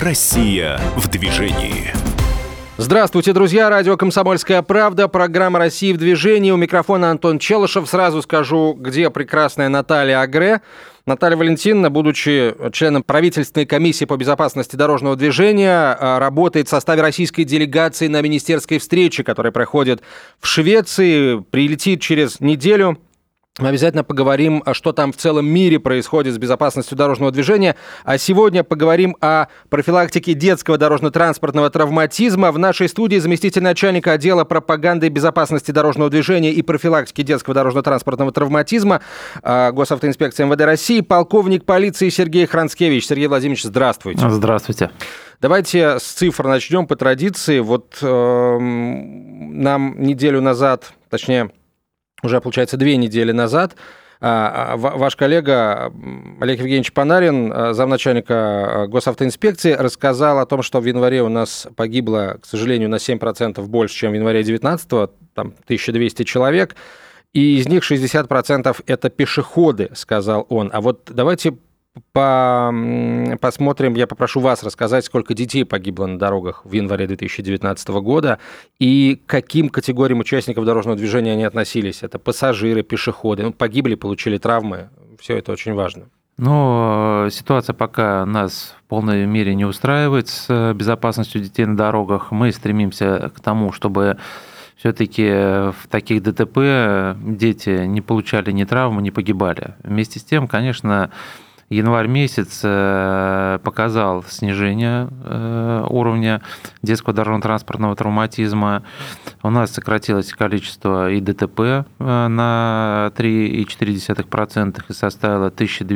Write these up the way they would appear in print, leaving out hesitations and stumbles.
Россия в движении. Здравствуйте, друзья. Радио «Комсомольская правда». Программа «Россия в движении». У микрофона Антон Челышев. Сразу скажу, где прекрасная Наталья Агре. Наталья Валентиновна, будучи членом правительственной комиссии по безопасности дорожного движения, работает в составе российской делегации на министерской встрече, которая проходит в Швеции. Прилетит через неделю. Мы обязательно поговорим, что там в целом мире происходит с безопасностью дорожного движения. А сегодня поговорим о профилактике детского дорожно-транспортного травматизма. В нашей студии заместитель начальника отдела пропаганды и безопасности дорожного движения и профилактики детского дорожно-транспортного травматизма Госавтоинспекции МВД России, полковник полиции Сергей Хранцкевич. Сергей Владимирович, здравствуйте. Здравствуйте. Давайте с цифр начнем по традиции. Вот нам неделю назад, точнее, уже, получается, 2 недели назад ваш коллега Олег Евгеньевич Панарин, замначальника Госавтоинспекции, рассказал о том, что в январе у нас погибло, к сожалению, на 7% больше, чем в январе 2019-го, там 1200 человек, и из них 60% это пешеходы, сказал он. А вот давайте посмотрим, я попрошу вас рассказать, сколько детей погибло на дорогах в январе 2019 года и к каким категориям участников дорожного движения они относились. Это пассажиры, пешеходы, погибли, получили травмы, все это очень важно. Но ситуация пока нас в полной мере не устраивает с безопасностью детей на дорогах. Мы стремимся к тому, чтобы все-таки в таких ДТП дети не получали ни травмы, ни погибали. Вместе с тем, конечно, январь месяц показал снижение уровня детского дорожно-транспортного травматизма. У нас сократилось количество и ДТП на 3,4% и составило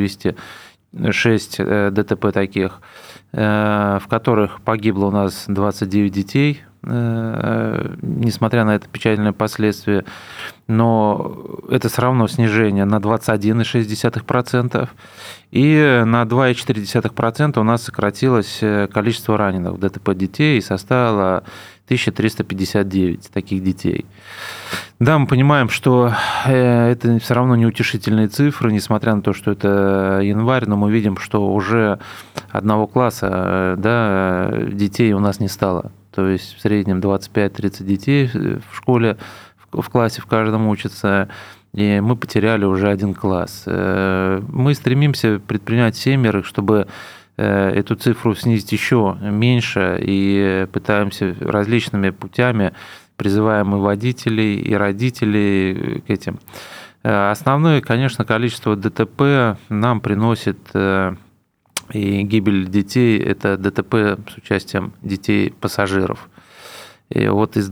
1206 ДТП таких, в которых погибло у нас 29 детей, несмотря на это печальные последствия, но это все равно снижение на 21,6%, и на 2,4% у нас сократилось количество раненых в ДТП детей и составило 1359 таких детей. Да, мы понимаем, что это все равно неутешительные цифры, несмотря на то, что это январь, но мы видим, что уже одного класса, да, детей у нас не стало. То есть в среднем 25-30 детей в школе, в классе в каждом учатся, и мы потеряли уже 1 класс. Мы стремимся предпринять все меры, чтобы эту цифру снизить еще меньше, и пытаемся различными путями, призываем и водителей, и родителей к этим. Основное, конечно, количество ДТП нам приносит и гибель детей – это ДТП с участием детей-пассажиров. И вот из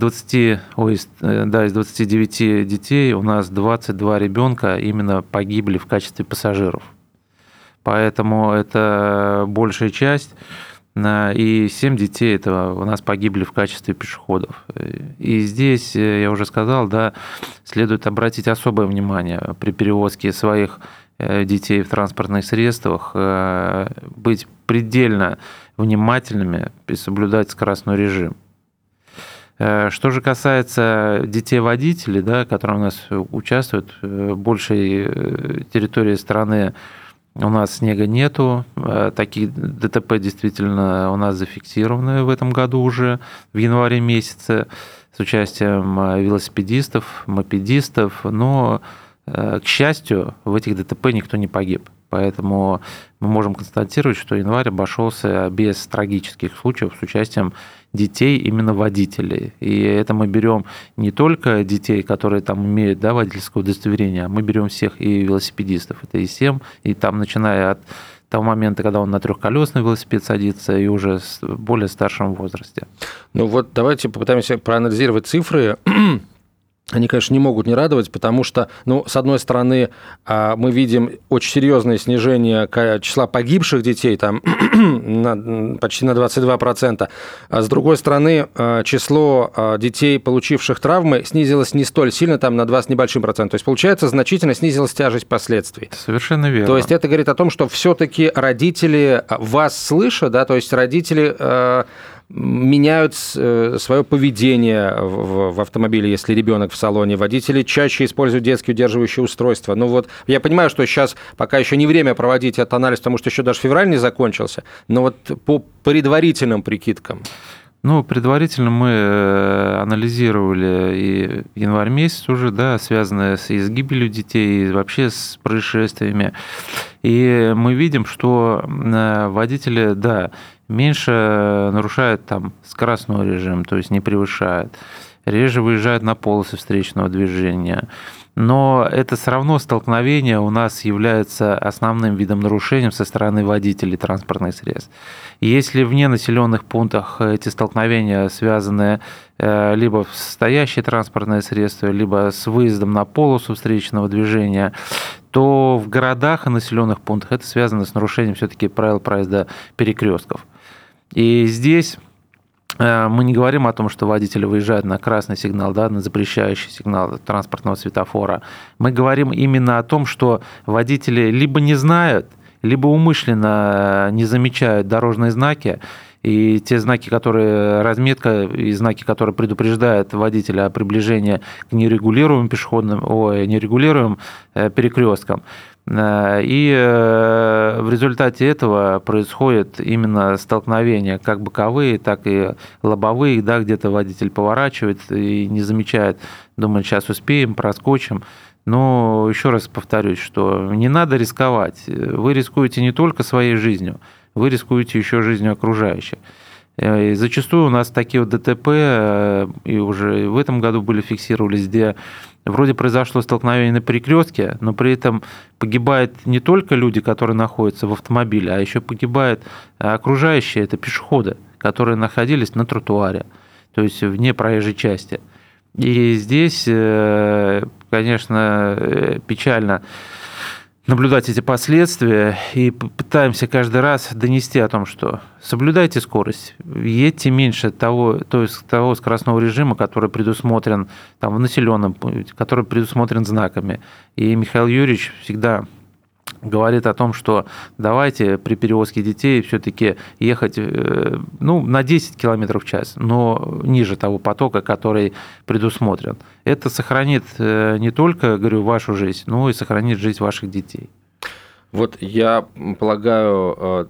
29 детей у нас 22 ребенка именно погибли в качестве пассажиров. Поэтому это большая часть. И 7 детей это у нас погибли в качестве пешеходов. И здесь, я уже сказал, да, следует обратить особое внимание при перевозке своих детей в транспортных средствах, быть предельно внимательными и соблюдать скоростной режим. Что же касается детей-водителей, да, которые у нас участвуют, в большей территории страны у нас снега нету. Такие ДТП действительно у нас зафиксированы в этом году уже, в январе месяце, с участием велосипедистов, мопедистов, но, к счастью, в этих ДТП никто не погиб. Поэтому мы можем констатировать, что январь обошелся без трагических случаев с участием детей, именно водителей. И это мы берем не только детей, которые там имеют, да, водительское удостоверение, а мы берем всех и велосипедистов. Это и 7, и там, начиная от того момента, когда он на трехколесный велосипед садится, и уже в более старшем возрасте. Ну вот давайте попытаемся проанализировать цифры. Они, конечно, не могут не радовать, потому что, с одной стороны, мы видим очень серьезное снижение числа погибших детей, там почти на 22%, а с другой стороны, число детей, получивших травмы, снизилось не столь сильно, там на 20 с небольшим процентом. То есть, получается, значительно снизилась тяжесть последствий. Совершенно верно. То есть, это говорит о том, что все-таки родители вас слышат, да, то есть родители меняют свое поведение в автомобиле, если ребенок в салоне. Водители чаще используют детские удерживающие устройства. Ну вот, я понимаю, что сейчас пока еще не время проводить этот анализ, потому что еще даже февраль не закончился, но вот по предварительным прикидкам. Ну, предварительно мы анализировали и январь месяц уже, да, связанное и с гибелью детей, и вообще с происшествиями. И мы видим, что водители, да, меньше нарушают там скоростной режим, то есть не превышают, реже выезжают на полосы встречного движения. Но это все равно столкновение у нас является основным видом нарушения со стороны водителей транспортных средств. И если в ненаселенных пунктах эти столкновения связаны либо с стоящее транспортное средство, либо с выездом на полосу встречного движения, то в городах и населенных пунктах это связано с нарушением все-таки правил проезда перекрестков. И здесь мы не говорим о том, что водители выезжают на красный сигнал, да, на запрещающий сигнал транспортного светофора. Мы говорим именно о том, что водители либо не знают, либо умышленно не замечают дорожные знаки, и те знаки, которые разметка, и знаки, которые предупреждают водителя о приближении к нерегулируемым нерегулируемым перекресткам. И в результате этого происходит именно столкновения, как боковые, так и лобовые, да, где-то водитель поворачивает и не замечает, думает, сейчас успеем, проскочим. Но еще раз повторюсь, что не надо рисковать. Вы рискуете не только своей жизнью, вы рискуете еще жизнью окружающих. И зачастую у нас такие вот ДТП, и уже в этом году фиксировались, где вроде произошло столкновение на перекрестке, но при этом погибают не только люди, которые находятся в автомобиле, а еще погибают окружающие, это пешеходы, которые находились на тротуаре, то есть вне проезжей части. И здесь, конечно, печально наблюдать эти последствия, и пытаемся каждый раз донести о том, что соблюдайте скорость, едьте меньше того скоростного режима, который предусмотрен там, в населенном пункте, который предусмотрен знаками. И Михаил Юрьевич всегда говорит о том, что давайте при перевозке детей все-таки ехать на 10 км в час, но ниже того потока, который предусмотрен. Это сохранит не только, говорю, вашу жизнь, но и сохранит жизнь ваших детей. Вот я полагаю,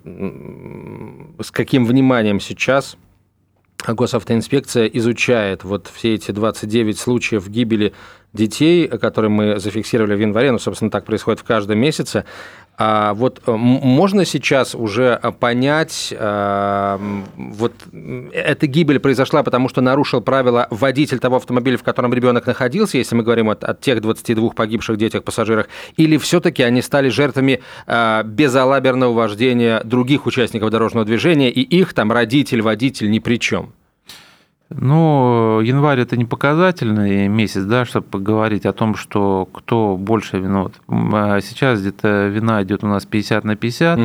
с каким вниманием сейчас госавтоинспекция изучает вот все эти 29 случаев гибели детей, которые мы зафиксировали в январе, собственно, так происходит в каждом месяце. А вот можно сейчас уже понять, вот эта гибель произошла, потому что нарушил правила водитель того автомобиля, в котором ребенок находился, если мы говорим о тех 22 погибших детях-пассажирах, или все-таки они стали жертвами безалаберного вождения других участников дорожного движения, и их там родитель, водитель ни при чем? Ну, январь – это не показательный месяц, да, чтобы говорить о том, что кто больше виноват. Сейчас где-то вина идет у нас 50/50,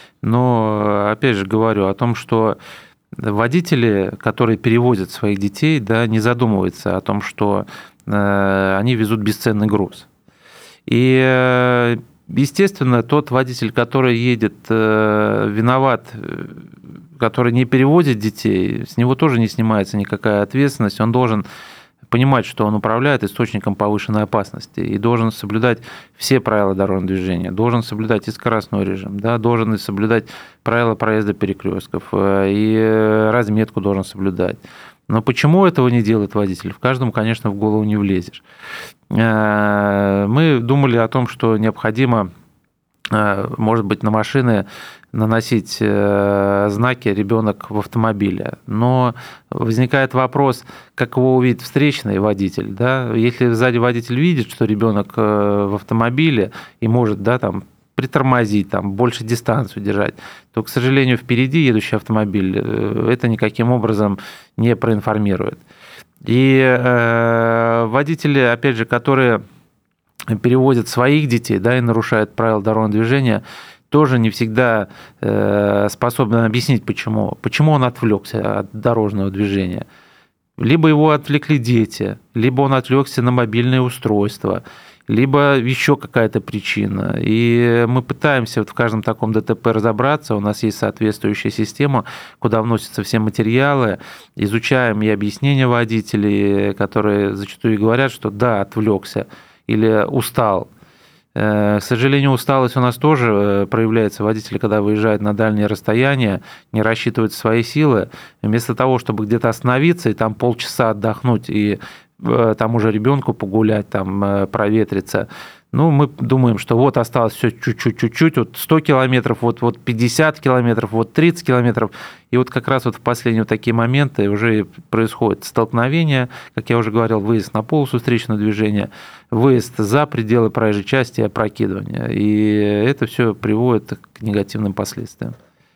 но, опять же, говорю о том, что водители, которые перевозят своих детей, да, не задумываются о том, что они везут бесценный груз. И, естественно, тот водитель, который едет виноват, который не перевозит детей, с него тоже не снимается никакая ответственность. Он должен понимать, что он управляет источником повышенной опасности и должен соблюдать все правила дорожного движения, должен соблюдать и скоростной режим, да, должен и соблюдать правила проезда перекрестков, и разметку должен соблюдать. Но почему этого не делает водитель? В каждому, конечно, в голову не влезешь. Мы думали о том, что необходимо, может быть, на машины наносить знаки «ребенок в автомобиле». Но возникает вопрос, как его увидит встречный водитель. Да? Если сзади водитель видит, что ребенок в автомобиле и может, да, там, притормозить, там, больше дистанцию держать, то, к сожалению, впереди едущий автомобиль это никаким образом не проинформирует. И водители, опять же, которые перевозят своих детей, да, и нарушают правила дорожного движения, тоже не всегда способен объяснить, почему. Почему он отвлекся от дорожного движения. Либо его отвлекли дети, либо он отвлекся на мобильное устройство, либо еще какая-то причина. И мы пытаемся в каждом таком ДТП разобраться. У нас есть соответствующая система, куда вносятся все материалы, изучаем и объяснения водителей, которые зачастую говорят, что да, отвлекся или устал. К сожалению, усталость у нас тоже проявляется. Водители, когда выезжают на дальние расстояния, не рассчитывают свои силы. Вместо того, чтобы где-то остановиться и там полчаса отдохнуть и там уже ребенку погулять, там проветриться, мы думаем, что вот осталось все чуть-чуть, вот 100 километров, вот 50 километров, вот 30 километров. И вот как раз вот в последние вот такие моменты уже происходит столкновение, как я уже говорил, выезд на полосу встречного движения, выезд за пределы проезжей части и опрокидывание. И это все приводит к негативным последствиям.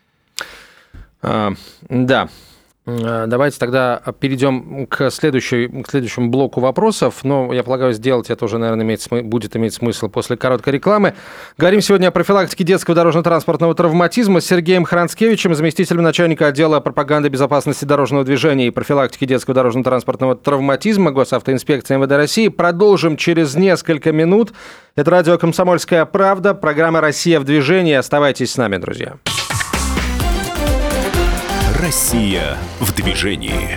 Да. Давайте тогда перейдем к следующему блоку вопросов. Но я полагаю, сделать это уже, наверное, будет иметь смысл после короткой рекламы. Говорим сегодня о профилактике детского дорожно-транспортного травматизма с Сергеем Хранцкевичем, заместителем начальника отдела пропаганды безопасности дорожного движения и профилактики детского дорожно-транспортного травматизма Госавтоинспекции МВД России. Продолжим через несколько минут. Это радио «Комсомольская правда», программа «Россия в движении». Оставайтесь с нами, друзья. Россия в движении.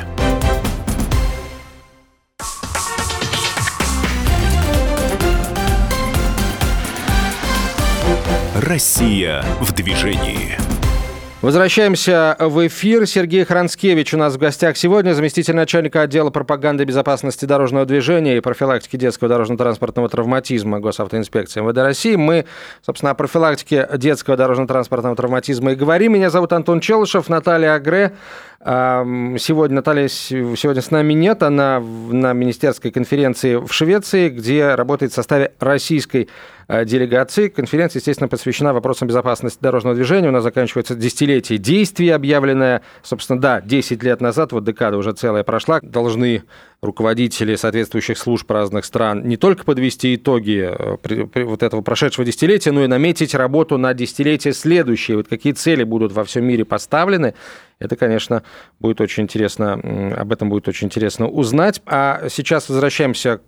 Россия в движении. Возвращаемся в эфир. Сергей Хранцкевич у нас в гостях сегодня, заместитель начальника отдела пропаганды безопасности дорожного движения и профилактики детского дорожно-транспортного травматизма Госавтоинспекции МВД России. Мы, собственно, о профилактике детского дорожно-транспортного травматизма и говорим. Меня зовут Антон Челышев, Наталья Агре. Наталья сегодня с нами нет. Она на министерской конференции в Швеции, где работает в составе российской делегации. Конференция, естественно, посвящена вопросам безопасности дорожного движения. У нас заканчивается десятилетие действий, объявленное, собственно, 10 лет назад, вот декада уже целая прошла. Должны руководители соответствующих служб разных стран не только подвести итоги вот этого прошедшего десятилетия, но и наметить работу на десятилетие следующее. Вот какие цели будут во всем мире поставлены. Это, конечно, будет очень интересно, об этом будет очень интересно узнать. А сейчас возвращаемся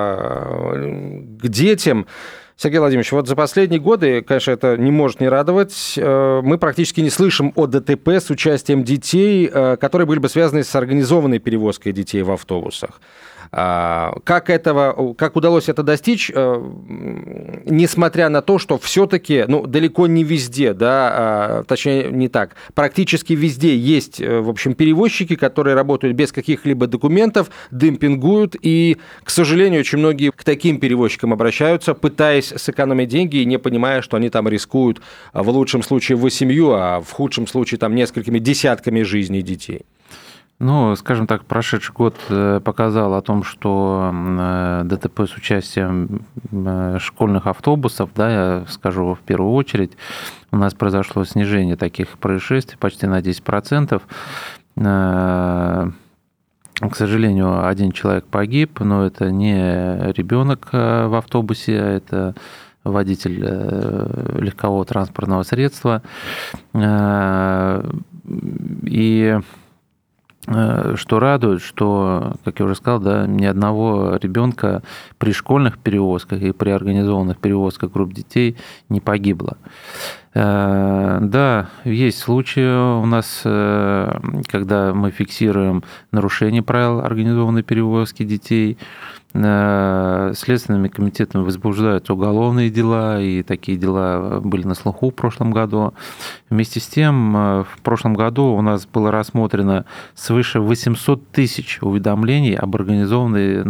к детям. Сергей Владимирович, вот за последние годы, конечно, это не может не радовать, мы практически не слышим о ДТП с участием детей, которые были бы связаны с организованной перевозкой детей в автобусах. Как удалось это достичь, несмотря на то, что все-таки, далеко не везде, точнее не так, практически везде есть, в общем, перевозчики, которые работают без каких-либо документов, демпингуют, и, к сожалению, очень многие к таким перевозчикам обращаются, пытаясь сэкономить деньги и не понимая, что они там рискуют в лучшем случае 8, а в худшем случае там несколькими десятками жизней детей. Скажем так, прошедший год показал о том, что ДТП с участием школьных автобусов, я скажу в первую очередь, у нас произошло снижение таких происшествий почти на 10%. К сожалению, один человек погиб, но это не ребенок в автобусе, а это водитель легкового транспортного средства. И что радует, что, как я уже сказал, ни одного ребенка при школьных перевозках и при организованных перевозках групп детей не погибло. Да, есть случаи у нас, когда мы фиксируем нарушение правил организованной перевозки детей. Следственными комитетами возбуждаются уголовные дела, и такие дела были на слуху в прошлом году. Вместе с тем, в прошлом году у нас было рассмотрено свыше 800 тысяч уведомлений об организации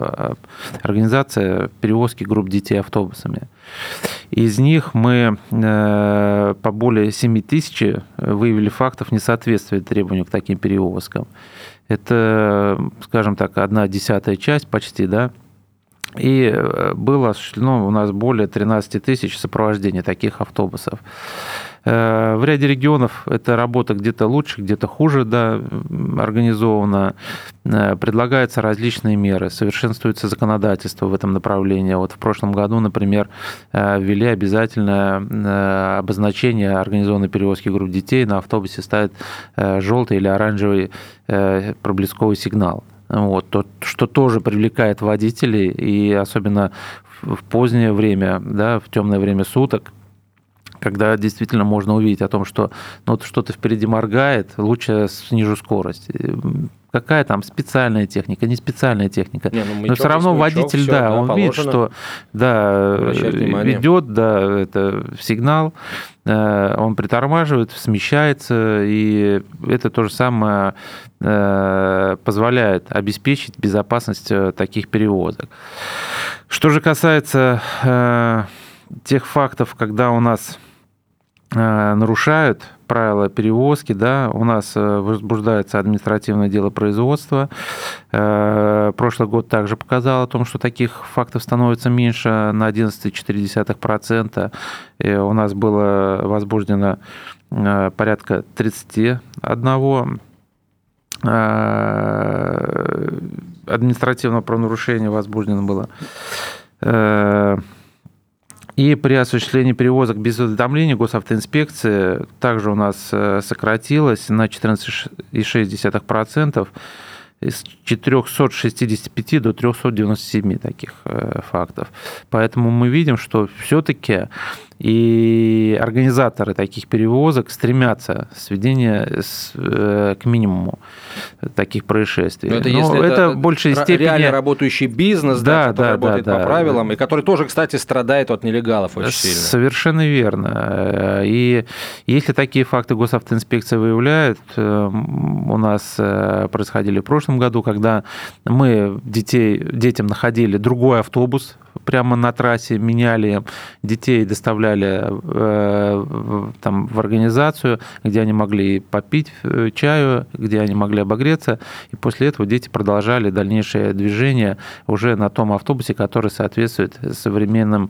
перевозки групп детей автобусами. Из них мы по более 7 тысяч выявили фактов несоответствия требованию к таким перевозкам. Это, скажем так, 1/10 часть почти, И было осуществлено у нас более 13 тысяч сопровождений таких автобусов. В ряде регионов эта работа где-то лучше, где-то хуже организована. Предлагаются различные меры, совершенствуется законодательство в этом направлении. Вот в прошлом году, например, ввели обязательное обозначение организованной перевозки групп детей. На автобусе ставят желтый или оранжевый проблесковый сигнал. Что тоже привлекает водителей, и особенно в позднее время, да, в темное время суток, когда действительно можно увидеть о том, что что-то впереди моргает, лучше снижу скорость. Какая там специальная техника, не специальная техника. Но все равно водитель, он видит, что ведет, это сигнал, он притормаживает, смещается, и это то же самое позволяет обеспечить безопасность таких перевозок. Что же касается тех фактов, когда у нас нарушают правила перевозки, да, у нас возбуждается административное дело производства. Прошлый год также показал о том, что таких фактов становится меньше на 11,4%. И у нас было возбуждено порядка 31 административного правонарушения возбуждено было. И при осуществлении перевозок без уведомления госавтоинспекции также у нас сократилось на 14,6%, из 465 до 397 таких фактов. Поэтому мы видим, что все-таки и организаторы таких перевозок стремятся сведения к минимуму таких происшествий. Но это в большей степени реально работающий бизнес, который работает по правилам, и который тоже, кстати, страдает от нелегалов очень сильно. Совершенно верно. И если такие факты госавтоинспекция выявляет, у нас происходили в прошлом году, когда мы детям находили другой автобус, прямо на трассе меняли, детей доставляли там в организацию, где они могли попить чаю, где они могли обогреться, и после этого дети продолжали дальнейшее движение уже на том автобусе, который соответствует современным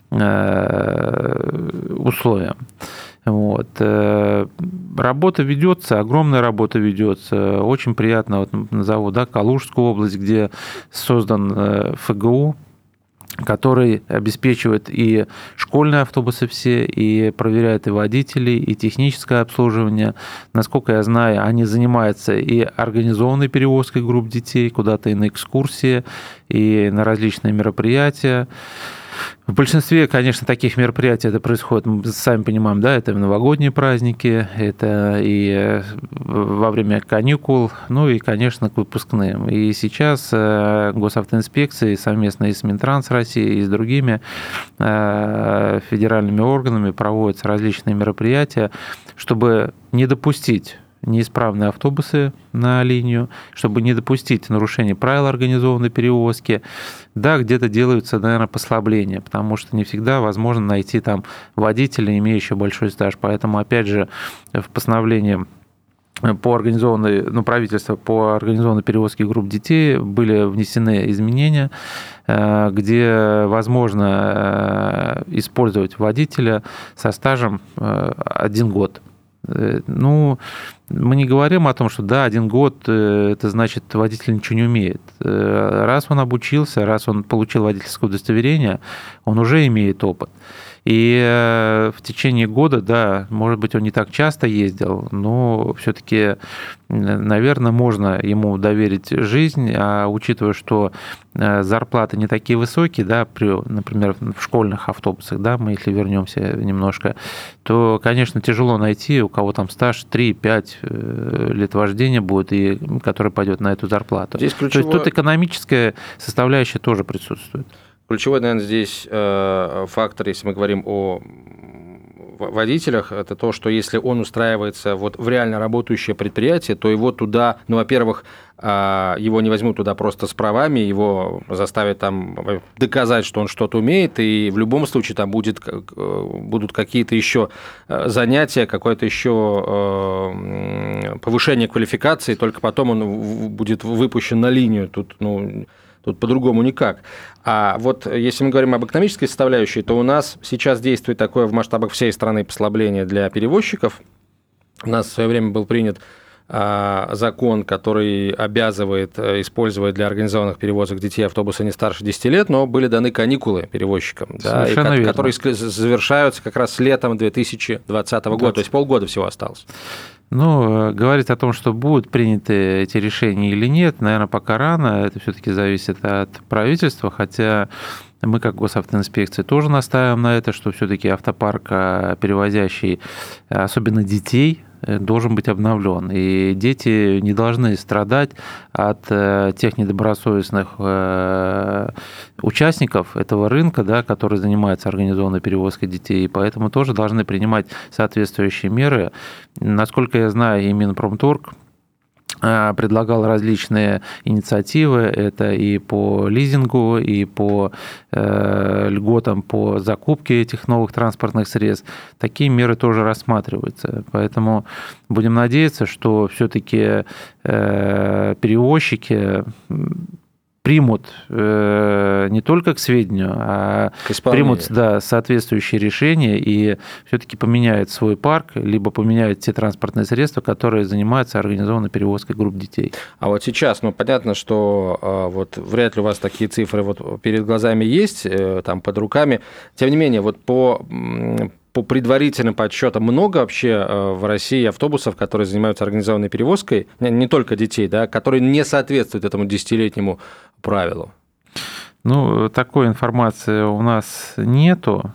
условиям. Вот. Работа ведется, огромная работа ведется. Очень приятно, назову, Калужскую область, где создан ФГУ, который обеспечивает и школьные автобусы все, и проверяет и водителей, и техническое обслуживание. Насколько я знаю, они занимаются и организованной перевозкой групп детей куда-то и на экскурсии, и на различные мероприятия. В большинстве, конечно, таких мероприятий это происходит, мы сами понимаем, это и новогодние праздники, это и во время каникул, и, конечно, к выпускным. И сейчас госавтоинспекции совместно и с Минтранс России, и с другими федеральными органами проводятся различные мероприятия, чтобы не допустить неисправные автобусы на линию, чтобы не допустить нарушения правил организованной перевозки. Да, где-то делаются, наверное, послабления, потому что не всегда возможно найти там водителя, имеющего большой стаж. Поэтому, опять же, в постановлении по организованной, правительства по организованной перевозке групп детей были внесены изменения, где возможно использовать водителя со стажем 1 год. Мы не говорим о том, что 1 год, это значит, водитель ничего не умеет. Раз он обучился, раз он получил водительское удостоверение, он уже имеет опыт. И в течение года, может быть, он не так часто ездил, но все-таки, наверное, можно ему доверить жизнь, а учитывая, что зарплаты не такие высокие, например, в школьных автобусах, мы если вернемся немножко, то, конечно, тяжело найти, у кого там стаж 3-5 лет вождения будет, и который пойдет на эту зарплату. Здесь ключевое... То есть тут экономическая составляющая тоже присутствует. Ключевой, наверное, здесь фактор, если мы говорим о водителях, это то, что если он устраивается в реально работающее предприятие, то его туда, во-первых, его не возьмут туда просто с правами, его заставят там доказать, что он что-то умеет, и в любом случае там будут какие-то еще занятия, какое-то еще повышение квалификации, только потом он будет выпущен на линию. Тут по-другому никак. А если мы говорим об экономической составляющей, то у нас сейчас действует такое в масштабах всей страны послабление для перевозчиков. У нас в свое время был принят закон, который обязывает использовать для организованных перевозок детей автобусы не старше 10 лет, но были даны каникулы перевозчикам, которые завершаются как раз летом 2020 года, то есть полгода всего осталось. Говорить о том, что будут приняты эти решения или нет, наверное, пока рано. Это все-таки зависит от правительства, хотя Мы, как госавтоинспекция, тоже настаиваем на это, что все-таки автопарк, перевозящий особенно детей, должен быть обновлен. И дети не должны страдать от тех недобросовестных участников этого рынка, да, которые занимаются организованной перевозкой детей. И поэтому тоже должны принимать соответствующие меры. Насколько я знаю, и Минпромторг предлагал различные инициативы, это и по лизингу, и по льготам по закупке этих новых транспортных средств. Такие меры тоже рассматриваются. Поэтому будем надеяться, что все-таки перевозчики примут не только к сведению, а примут соответствующие решения и все-таки поменяют свой парк, либо поменяют те транспортные средства, которые занимаются организованной перевозкой групп детей. А вот сейчас, понятно, что вот вряд ли у вас такие цифры вот перед глазами есть, там под руками. Тем не менее, вот по предварительным подсчетам, много вообще в России автобусов, которые занимаются организованной перевозкой, не только детей, да, которые не соответствуют этому 10-летнему правилу? Такой информации у нас нету.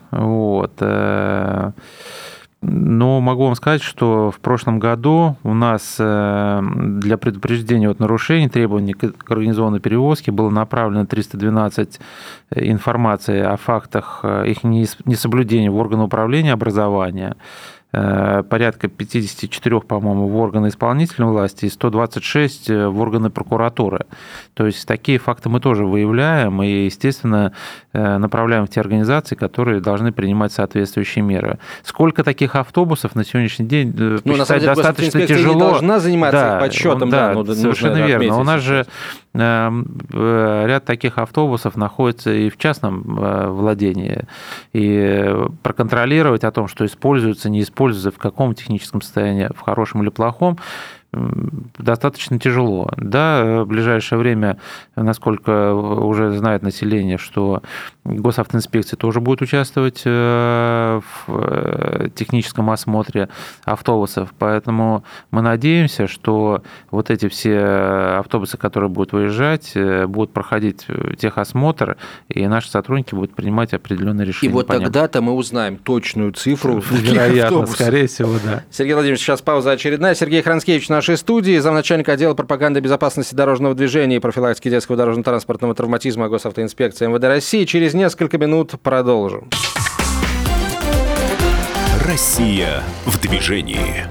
Но могу вам сказать, что в прошлом году у нас для предупреждения нарушений требований к организованной перевозке было направлено 312 информации о фактах их несоблюдения в органы управления образования, порядка 54, по-моему, в органы исполнительной власти и 126 в органы прокуратуры. То есть такие факты мы тоже выявляем и, естественно, направляем в те организации, которые должны принимать соответствующие меры. Сколько таких автобусов на сегодняшний день посчитать достаточно тяжело. Не должна заниматься их подсчетом. Совершенно верно. У нас же ряд таких автобусов находится и в частном владении. И проконтролировать о том, что используется, не используется, в каком техническом состоянии, в хорошем или плохом, достаточно тяжело. Да, в ближайшее время, насколько уже знает население, что госавтоинспекция тоже будет участвовать в техническом осмотре автобусов, поэтому мы надеемся, что вот эти все автобусы, которые будут выезжать, будут проходить техосмотр, и наши сотрудники будут принимать определенные решения. И вот тогда-то мы узнаем точную цифру. Вероятно, скорее всего, да. Сергей Владимирович, сейчас пауза очередная. Сергей Хранскевич в нашей студии, замначальника отдела пропаганды безопасности дорожного движения и профилактики детского дорожно-транспортного травматизма госавтоинспекции МВД России. Через несколько минут продолжим. Россия в движении.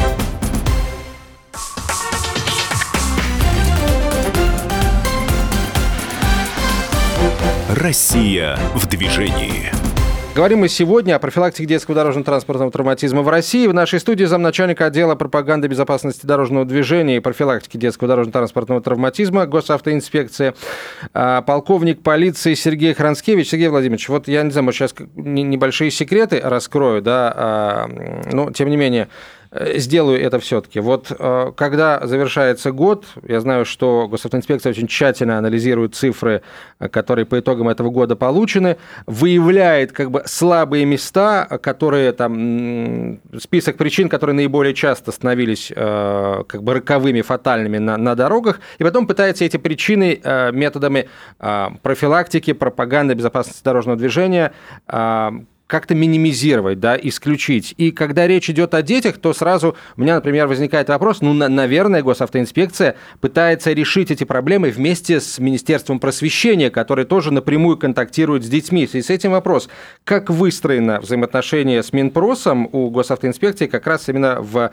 Россия в движении. Говорим мы сегодня о профилактике детского дорожно-транспортного травматизма в России. В нашей студии замначальника отдела пропаганды безопасности дорожного движения и профилактики детского дорожно-транспортного травматизма госавтоинспекции, полковник полиции Сергей Хранскевич. Сергей Владимирович, вот я не знаю, может, сейчас небольшие секреты раскрою, да, но тем не менее сделаю это все-таки. Вот когда завершается год, я знаю, что госавтоинспекция очень тщательно анализирует цифры, которые по итогам этого года получены, выявляет как бы слабые места, которые там, список причин, которые наиболее часто становились как бы роковыми, фатальными на дорогах, и потом пытается эти причины методами профилактики, пропаганды безопасности дорожного движения как-то минимизировать, да, исключить. И когда речь идет о детях, то сразу у меня, например, возникает вопрос, наверное, госавтоинспекция пытается решить эти проблемы вместе с Министерством просвещения, которое тоже напрямую контактирует с детьми. И с этим вопрос, как выстроено взаимоотношение с Минпросом у госавтоинспекции как раз именно в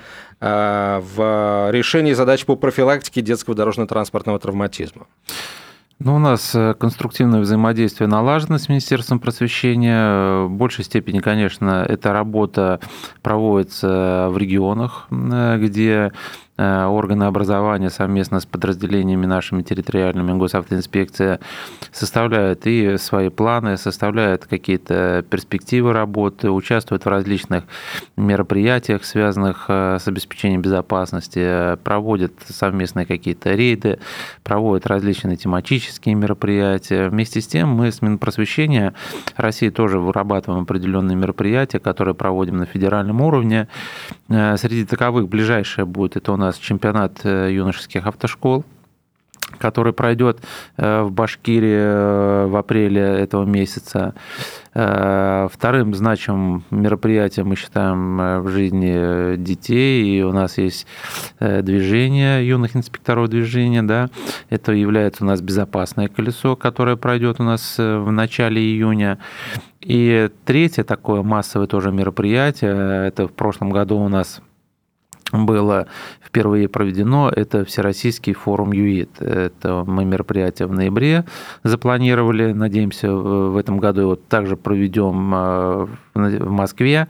решении задач по профилактике детского дорожно-транспортного травматизма? У нас конструктивное взаимодействие налажено с Министерством просвещения. В большей степени, конечно, эта работа проводится в регионах, где органы образования совместно с подразделениями нашими территориальными госавтоинспекция составляют и свои планы, составляют какие-то перспективы работы, участвуют в различных мероприятиях, связанных с обеспечением безопасности, проводят совместные какие-то рейды, проводят различные тематические мероприятия. Вместе с тем мы с Минпросвещения России тоже вырабатываем определенные мероприятия, которые проводим на федеральном уровне. Среди таковых ближайшее будет это у нас чемпионат юношеских автошкол. который пройдет в Башкирии в апреле этого месяца. Вторым значимым мероприятием мы считаем в жизни детей, и у нас есть движение юных инспекторов движения, да, это является у нас «Безопасное колесо», которое пройдет у нас в начале июня. И третье такое массовое тоже мероприятие, это в прошлом году у нас было впервые проведено, это Всероссийский форум ЮИТ. Это мы мероприятие в ноябре запланировали, надеемся, в этом году его также проведем в Москве.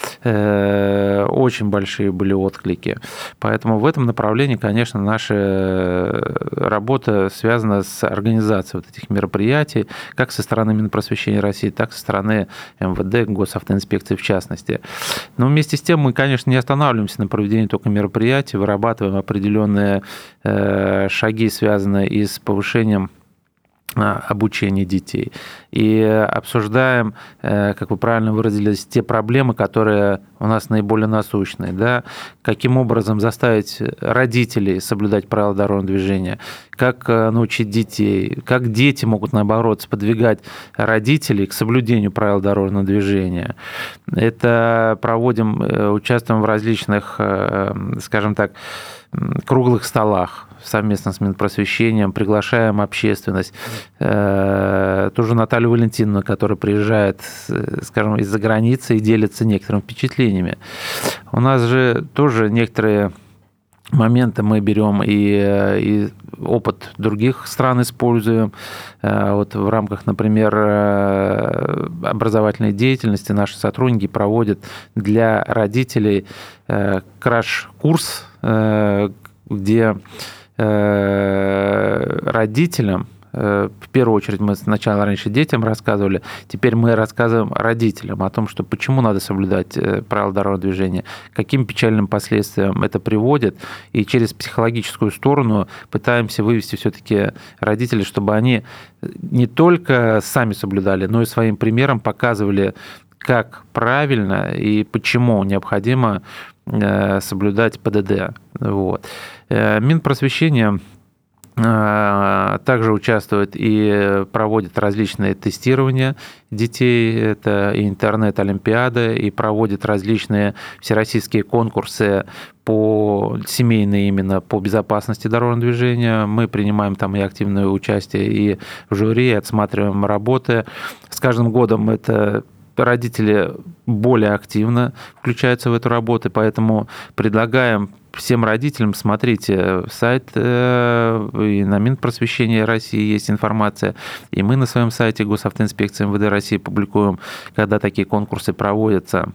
Очень большие были отклики. Поэтому в этом направлении, конечно, наша работа связана с организацией вот этих мероприятий, как со стороны Минпросвещения России, так и со стороны МВД, госавтоинспекции в частности. Но вместе с тем мы, конечно, не останавливаемся на проведении только мероприятий, вырабатываем определенные шаги, связанные и с повышением обучения детей. И обсуждаем, как вы правильно выразились, те проблемы, которые у нас наиболее насущные. Да? Каким образом заставить родителей соблюдать правила дорожного движения, как научить детей, как дети могут, наоборот, сподвигать родителей к соблюдению правил дорожного движения. Это проводим, участвуем в различных, скажем так, круглых столах совместно с Минпросвещением, приглашаем общественность. Тоже Наталью Валентиновну, которая приезжает, скажем, из-за границы и делится некоторыми впечатлениями. У нас же тоже некоторые моменты мы берем и опыт других стран используем. Вот в рамках, например, образовательной деятельности наши сотрудники проводят для родителей краш-курс, где родителям, в первую очередь мы сначала раньше детям рассказывали, теперь мы рассказываем родителям о том, что почему надо соблюдать правила дорожного движения, каким печальным последствиям это приводит, и через психологическую сторону пытаемся вывести все-таки родителей, чтобы они не только сами соблюдали, но и своим примером показывали, как правильно и почему необходимо соблюдать ПДД. Вот. Минпросвещение также участвует и проводит различные тестирования детей, это и интернет-олимпиады, и проводит различные всероссийские конкурсы по семейные именно по безопасности дорожного движения. Мы принимаем там и активное участие и в жюри, и отсматриваем работы. С каждым годом это родители более активно включаются в эту работу, поэтому предлагаем всем родителям, смотрите сайт, и на Минпросвещения России есть информация, и мы на своем сайте Госавтоинспекции МВД России публикуем, когда такие конкурсы проводятся,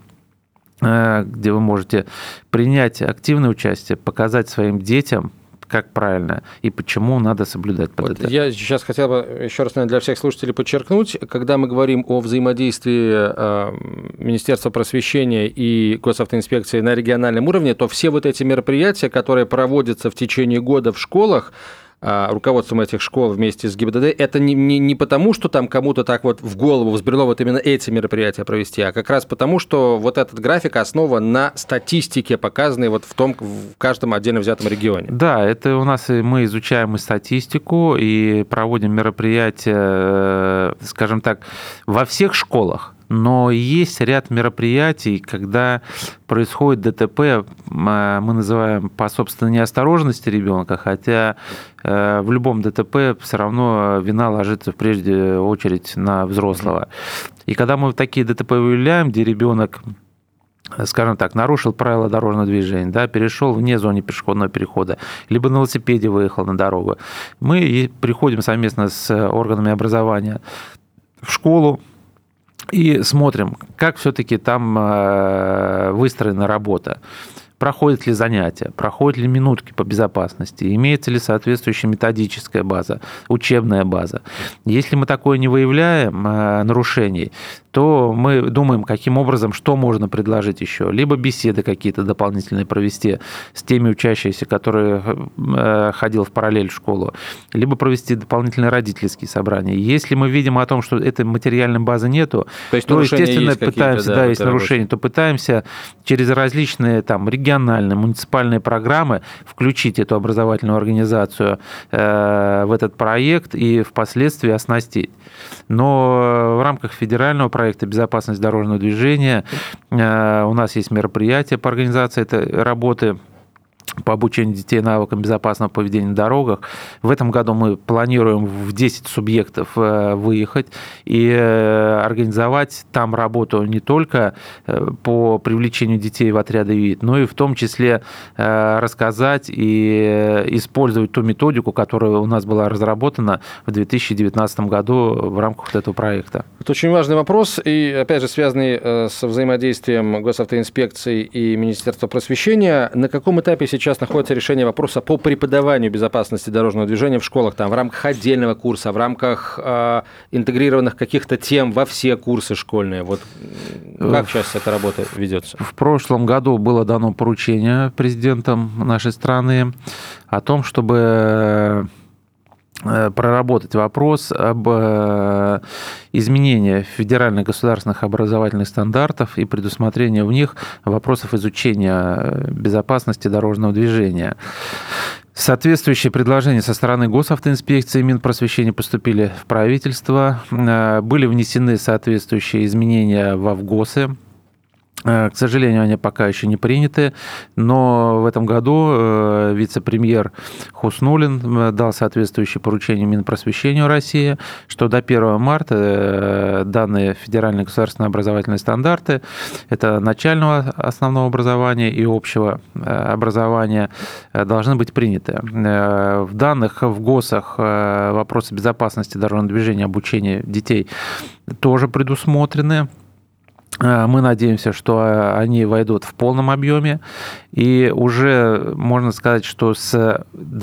где вы можете принять активное участие, показать своим детям, как правильно и почему надо соблюдать ПДД. Вот я сейчас хотел бы еще раз, наверное, для всех слушателей подчеркнуть, когда мы говорим о взаимодействии Министерства просвещения и Госавтоинспекции на региональном уровне, то все вот эти мероприятия, которые проводятся в течение года в школах, руководством этих школ вместе с ГИБДД, это не потому, что там кому-то так вот в голову взбрело вот именно эти мероприятия провести, а как раз потому, что вот этот график основан на статистике, показанной вот в каждом отдельно взятом регионе. Да, это у нас мы изучаем и статистику, и проводим мероприятия, скажем так, во всех школах. Но есть ряд мероприятий, когда происходит ДТП, мы называем по собственной неосторожности ребенка, хотя в любом ДТП все равно вина ложится в прежде очередь на взрослого. И когда мы такие ДТП выявляем, где ребенок, скажем так, нарушил правила дорожного движения, да, перешел вне зоны пешеходного перехода, либо на велосипеде выехал на дорогу, мы приходим совместно с органами образования в школу, и смотрим, как все-таки там выстроена работа. Проходят ли занятия, проходят ли минутки по безопасности, имеется ли соответствующая методическая база, учебная база. Если мы такое не выявляем, нарушений, то мы думаем, каким образом, что можно предложить еще. Либо беседы какие-то дополнительные провести с теми учащимися, которые ходил в параллель в школу, либо провести дополнительные родительские собрания. Если мы видим о том, что этой материальной базы нету, то естественно, пытаемся, есть нарушения, то пытаемся через различные там региональные региональные, муниципальные программы, включить эту образовательную организацию в этот проект и впоследствии оснастить. Но в рамках федерального проекта «Безопасность дорожного движения» у нас есть мероприятия по организации этой работы, по обучению детей навыкам безопасного поведения на дорогах. В этом году мы планируем в 10 субъектов выехать и организовать там работу не только по привлечению детей в отряды ВИИТ, но и в том числе рассказать и использовать ту методику, которая у нас была разработана в 2019 году в рамках этого проекта. Это очень важный вопрос, и, опять же, связанный со взаимодействием госавтоинспекции и Министерства просвещения. На каком этапе сейчас находится решение вопроса по преподаванию безопасности дорожного движения в школах, там, в рамках отдельного курса, в рамках интегрированных каких-то тем во все курсы школьные? Вот как сейчас эта работа ведется? В прошлом году было дано поручение президентом нашей страны о том, чтобы проработать вопрос об изменении федеральных государственных образовательных стандартов и предусмотрении в них вопросов изучения безопасности дорожного движения. Соответствующие предложения со стороны госавтоинспекции и Минпросвещения поступили в правительство. Были внесены соответствующие изменения во ВГОСы. К сожалению, они пока еще не приняты, но в этом году вице-премьер Хуснуллин дал соответствующее поручение Минпросвещению России, что до 1 марта данные федеральные государственные образовательные стандарты, это начального основного образования и общего образования, должны быть приняты. В данных в ГОСах вопросы безопасности дорожного движения, обучения детей тоже предусмотрены. Мы надеемся, что они войдут в полном объеме. И уже можно сказать, что с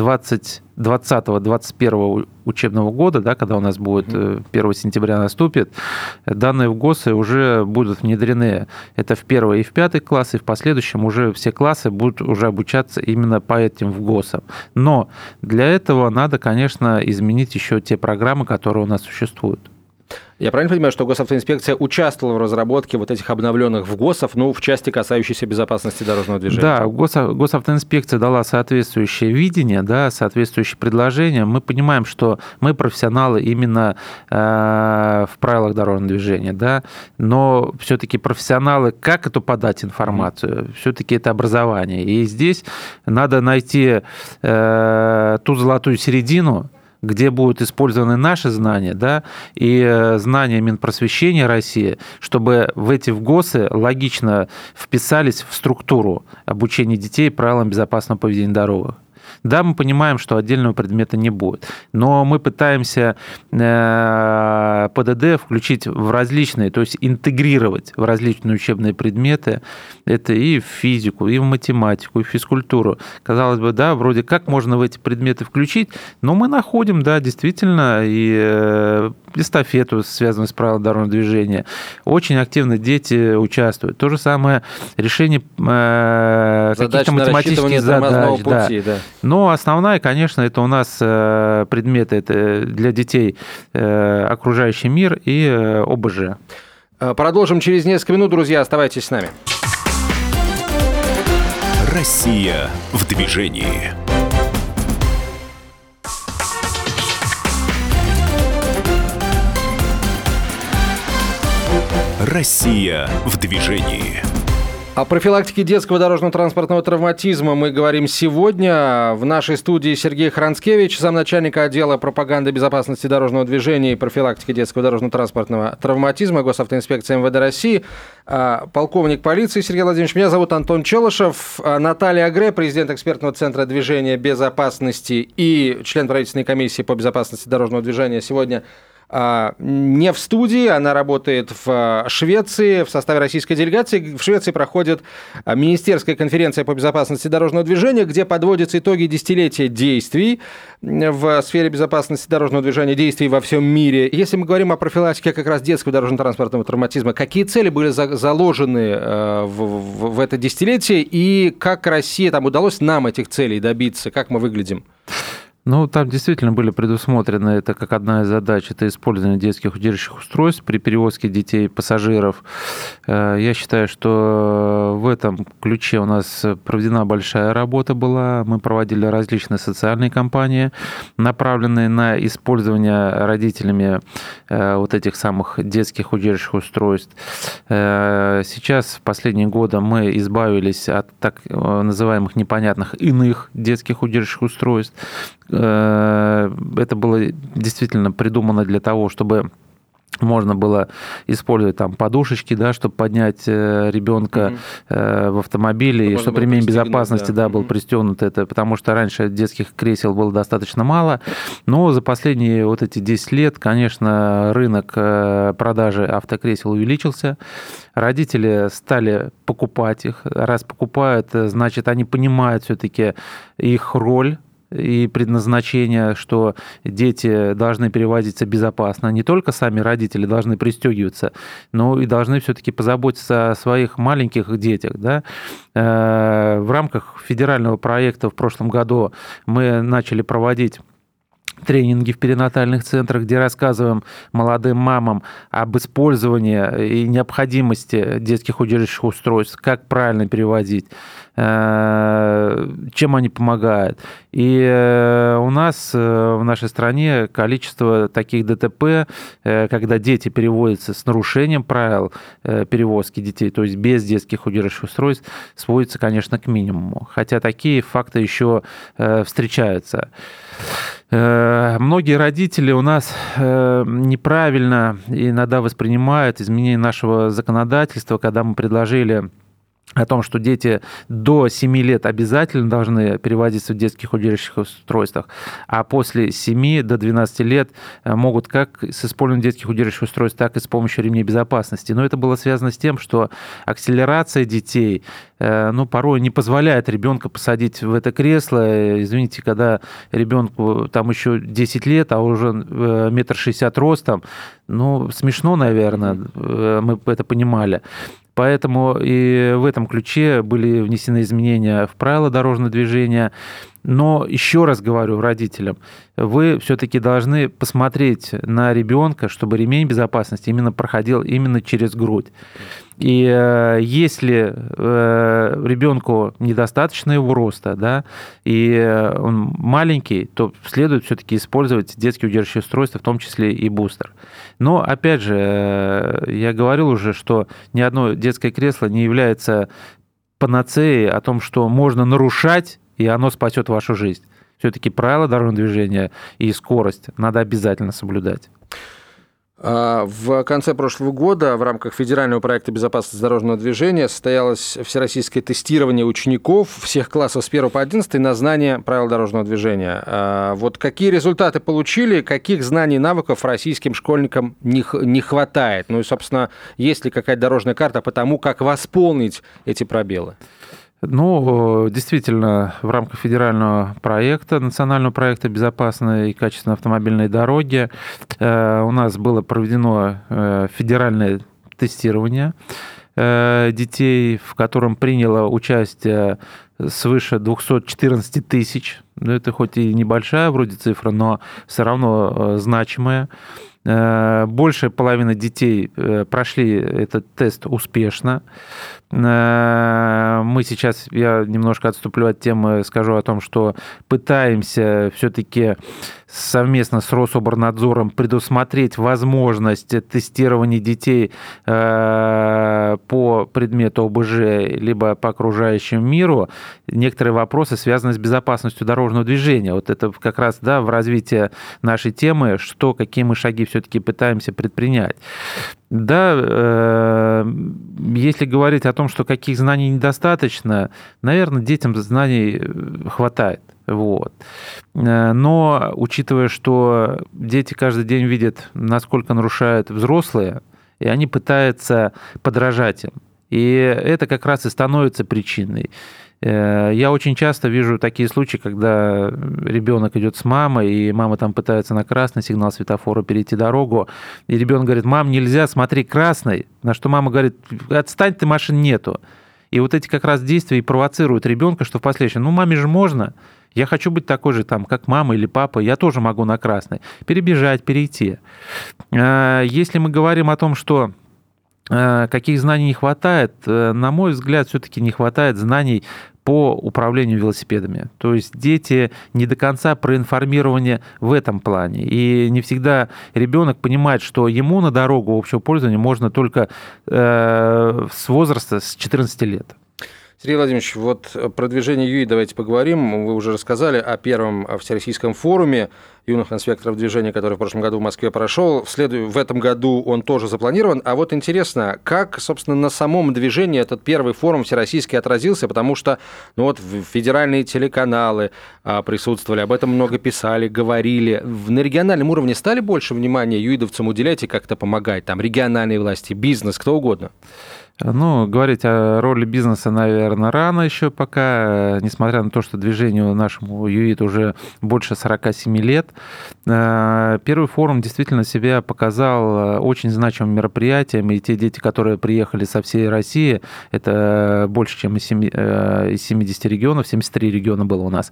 2020-2021 учебного года, да, когда у нас будет 1 сентября наступит, данные ВГОСы уже будут внедрены. Это в 1 и в 5 классы, и в последующем уже все классы будут уже обучаться именно по этим ВГОСам. Но для этого надо, конечно, изменить еще те программы, которые у нас существуют. Я правильно понимаю, что госавтоинспекция участвовала в разработке вот этих обновленных ВГОСов, в части, касающейся безопасности дорожного движения? Да, госавтоинспекция дала соответствующее видение, да, соответствующее предложение. Мы понимаем, что мы профессионалы именно в правилах дорожного движения, да, но все-таки профессионалы, как эту подать информацию, все-таки это образование. И здесь надо найти ту золотую середину, где будут использованы наши знания, да, и знания Минпросвещения России, чтобы в эти ВГОСы логично вписались в структуру обучения детей правилам безопасного поведения на дорогах. Да, мы понимаем, что отдельного предмета не будет, но мы пытаемся ПДД включить в различные, то есть интегрировать в различные учебные предметы, это и в физику, и в математику, и в физкультуру. Казалось бы, да, вроде как можно в эти предметы включить, но мы находим, да, действительно, и эстафету, связанную с правилами дорожного движения. Очень активно дети участвуют. То же самое решение каких-то математических задач. Пути, да. Но основная, конечно, это у нас предметы это для детей окружающий мир и ОБЖ. Продолжим через несколько минут, друзья. Оставайтесь с нами. Россия в движении. Россия в движении. О профилактике детского дорожно-транспортного травматизма мы говорим сегодня. В нашей студии Сергей Хранцкевич, замначальника отдела пропаганды безопасности дорожного движения и профилактики детского дорожно-транспортного травматизма госавтоинспекции МВД России, полковник полиции Сергей Владимирович. Меня зовут Антон Челышев. Наталья Агре, президент экспертного центра движения безопасности и член правительственной комиссии по безопасности дорожного движения, сегодня не в студии, она работает в Швеции в составе российской делегации. В Швеции проходит министерская конференция по безопасности дорожного движения, где подводятся итоги десятилетия действий в сфере безопасности дорожного движения, действий во всем мире. Если мы говорим о профилактике как раз детского дорожно-транспортного травматизма, какие цели были заложены в это десятилетие и как России там удалось нам этих целей добиться, как мы выглядим? Ну, там действительно были предусмотрены, это как одна из задач, это использование детских удерживающих устройств при перевозке детей, пассажиров. Я считаю, что в этом ключе у нас проведена большая работа была. Мы проводили различные социальные кампании, направленные на использование родителями вот этих самых детских удерживающих устройств. Сейчас, в последние годы, мы избавились от так называемых непонятных иных детских удерживающих устройств. Это было действительно придумано для того, чтобы можно было использовать там подушечки, да, чтобы поднять ребенка в автомобиле, и чтобы ремень безопасности был пристегнут. Это потому что раньше детских кресел было достаточно мало. Но за последние вот эти 10 лет, конечно, рынок продажи автокресел увеличился. Родители стали покупать их. Раз покупают, значит, они понимают все-таки их роль и предназначение, что дети должны перевозиться безопасно. Не только сами родители должны пристегиваться, но и должны все-таки позаботиться о своих маленьких детях. Да? В рамках федерального проекта в прошлом году мы начали проводить тренинги в перинатальных центрах, где рассказываем молодым мамам об использовании и необходимости детских удерживающих устройств, как правильно переводить, чем они помогают. И у нас в нашей стране количество таких ДТП, когда дети переводятся с нарушением правил перевозки детей, то есть без детских удерживающих устройств, сводится, конечно, к минимуму. Хотя такие факты еще встречаются. Многие родители у нас неправильно иногда воспринимают изменение нашего законодательства, когда мы предложили о том, что дети до 7 лет обязательно должны переводиться в детских удерживающих устройствах, а после 7 до 12 лет могут как с использованием детских удерживающих устройств, так и с помощью ремней безопасности. Но это было связано с тем, что акселерация детей порой не позволяет ребенка посадить в это кресло. Извините, когда ребенку там еще 10 лет, а уже 1,60 м ростом, смешно, наверное, мы это понимали. Поэтому и в этом ключе были внесены изменения в правила дорожного движения. Но еще раз говорю родителям, вы все-таки должны посмотреть на ребенка, чтобы ремень безопасности именно проходил именно через грудь. И если ребенку недостаточно его роста, да, и он маленький, то следует все-таки использовать детские удерживающие устройства, в том числе и бустер. Но, опять же, я говорил уже, что ни одно детское кресло не является панацеей о том, что можно нарушать, и оно спасет вашу жизнь. Все-таки правила дорожного движения и скорость надо обязательно соблюдать. В конце прошлого года в рамках федерального проекта безопасности дорожного движения состоялось всероссийское тестирование учеников всех классов с 1 по 11 на знание правил дорожного движения. Вот какие результаты получили, каких знаний и навыков российским школьникам не хватает? Ну и, собственно, есть ли какая-то дорожная карта по тому, как восполнить эти пробелы? Действительно, в рамках федерального проекта, национального проекта «Безопасные и качественные автомобильные дороги» у нас было проведено федеральное тестирование детей, в котором приняло участие свыше 214 тысяч. Это хоть и небольшая вроде цифра, но все равно значимая. Большая половина детей прошли этот тест успешно. Мы сейчас, я немножко отступлю от темы, скажу о том, что пытаемся все-таки совместно с Рособорнадзором предусмотреть возможность тестирования детей по предмету ОБЖ либо по окружающему миру. Некоторые вопросы связаны с безопасностью дорожного движения. Вот это как раз в развитии нашей темы, какие мы шаги все-таки пытаемся предпринять. Да, если говорить о том, что каких знаний недостаточно, наверное, детям знаний хватает. Вот. Но учитывая, что дети каждый день видят, насколько нарушают взрослые, и они пытаются подражать им. И это как раз и становится причиной. Я очень часто вижу такие случаи, когда ребенок идет с мамой, и мама там пытается на красный сигнал светофора перейти дорогу, и ребенок говорит: мам, нельзя, смотри, красный, на что мама говорит: отстань ты, машин нету. И вот эти как раз действия и провоцируют ребенка, что в последующем, маме же можно, Я хочу быть такой же, там, как мама или папа, я тоже могу на красный. Перебежать, перейти. Если мы говорим о том, что каких знаний не хватает, на мой взгляд, все-таки не хватает знаний по управлению велосипедами. То есть дети не до конца проинформированы в этом плане. И не всегда ребенок понимает, что ему на дорогу общего пользования можно только с возраста, с 14 лет. Сергей Владимирович, вот про движение ЮИ давайте поговорим. Вы уже рассказали о первом всероссийском форуме юных инспекторов движения, который в прошлом году в Москве прошел. В этом году он тоже запланирован. А вот интересно, как, собственно, на самом движении этот первый форум всероссийский отразился, потому что федеральные телеканалы присутствовали, об этом много писали, говорили. На региональном уровне стали больше внимания юидовцам уделять и как-то помогать? Там региональные власти, бизнес, кто угодно? Говорить о роли бизнеса, наверное, рано еще пока, несмотря на то, что движению нашему ЮИД уже больше 47 лет. Первый форум действительно себя показал очень значимым мероприятием, и те дети, которые приехали со всей России, это больше, чем из 70 регионов, 73 региона было у нас,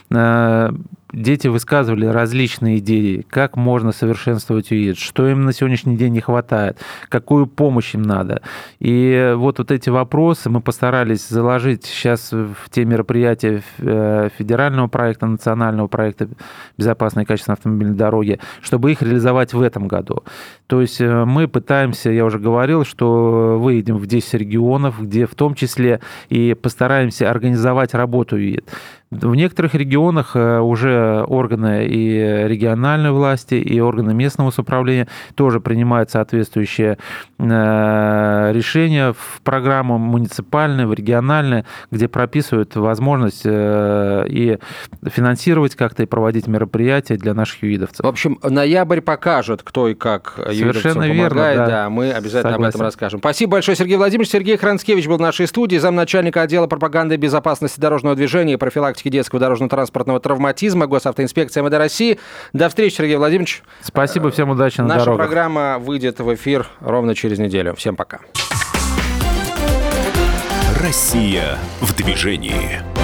дети высказывали различные идеи, как можно совершенствовать ЮИД, что им на сегодняшний день не хватает, какую помощь им надо. И вот эти вопросы мы постарались заложить сейчас в те мероприятия федерального проекта, национального проекта безопасной и качественной автомобильной дороги, чтобы их реализовать в этом году. То есть мы пытаемся, я уже говорил, что выедем в 10 регионов, где в том числе и постараемся организовать работу ЮИД. В некоторых регионах уже органы и региональной власти, и органы местного самоуправления тоже принимают соответствующие решения в программу муниципальную, в региональную, где прописывают возможность и финансировать как-то, и проводить мероприятия для наших юидовцев. В общем, ноябрь покажет, кто и как юидовцам помогает. Верно, да, мы обязательно об этом расскажем. Спасибо большое, Сергей Владимирович. Сергей Хранцкевич был в нашей студии, замначальника отдела пропаганды и безопасности дорожного движения и профилактики детского дорожно-транспортного травматизма Госавтоинспекции МВД России. До встречи, Сергей Владимирович. Спасибо, всем удачи на дорогах. Наша программа выйдет в эфир ровно через неделю. Всем пока. Россия в движении.